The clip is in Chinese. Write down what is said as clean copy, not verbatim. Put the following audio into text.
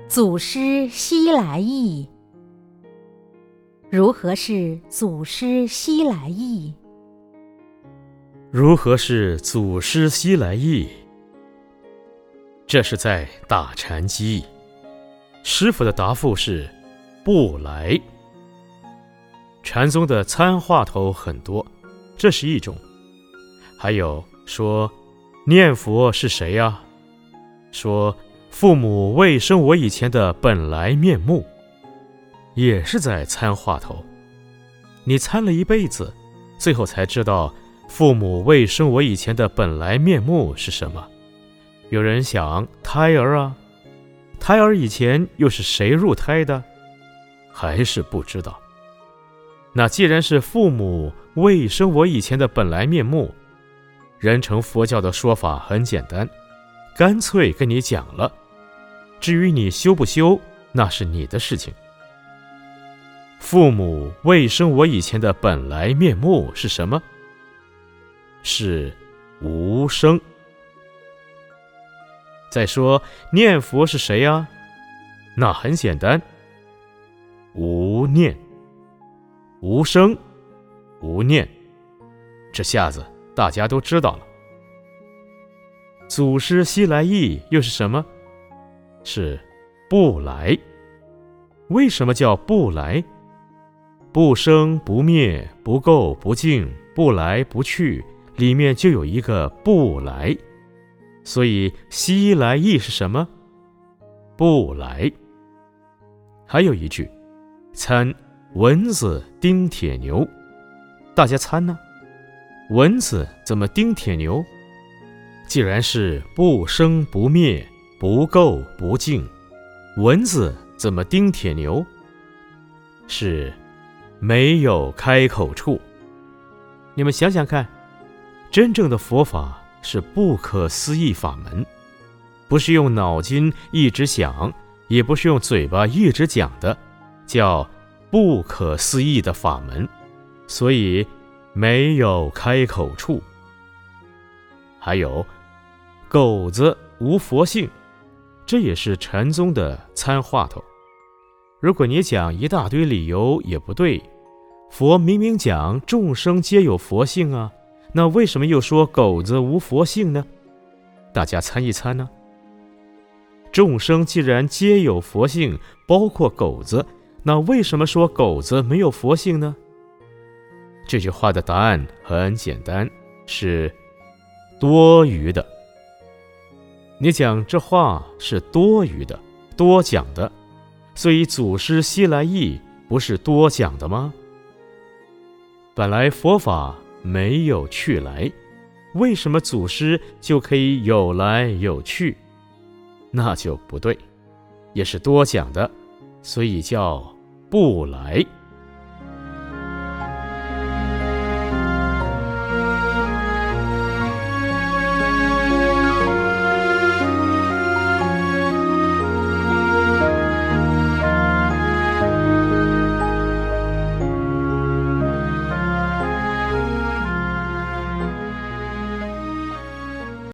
祖师西来意。如何是祖师西来意？ 如何是祖师西来意？这是在打禅机。师父的答复是不来。禅宗的参话头很多，这是一种。还有说念佛是谁呀？说父母未生我以前的本来面目，也是在参话头。你参了一辈子，最后才知道父母未生我以前的本来面目是什么。有人想胎儿啊，胎儿以前又是谁入胎的？还是不知道。那既然是父母未生我以前的本来面目，人成佛教的说法很简单，干脆跟你讲了。至于你修不修，那是你的事情。父母未生我以前的本来面目是什么？是无生。再说念佛是谁呀？那很简单，无念。无生无念，这下子大家都知道了。祖师西来意又是什么？是不来。为什么叫不来？不生不灭，不垢不净，不来不去，里面就有一个不来。所以西来意是什么？不来。还有一句，参蚊子叮铁牛，大家参呢？蚊子怎么叮铁牛？既然是不生不灭，不垢不净，蚊子怎么叮铁牛？是没有开口处。你们想想看，真正的佛法是不可思议法门，不是用脑筋一直想，也不是用嘴巴一直讲的，叫不可思议的法门，所以没有开口处。还有狗子无佛性，这也是禅宗的参话头。如果你讲一大堆理由也不对，佛明明讲众生皆有佛性啊，那为什么又说狗子无佛性呢？大家参一参呢？众生既然皆有佛性，包括狗子，那为什么说狗子没有佛性呢？这句话的答案很简单，是多余的。你讲这话是多余的，多讲的，所以祖师西来意不是多讲的吗？本来佛法没有去来，为什么祖师就可以有来有去？那就不对，也是多讲的，所以叫不来。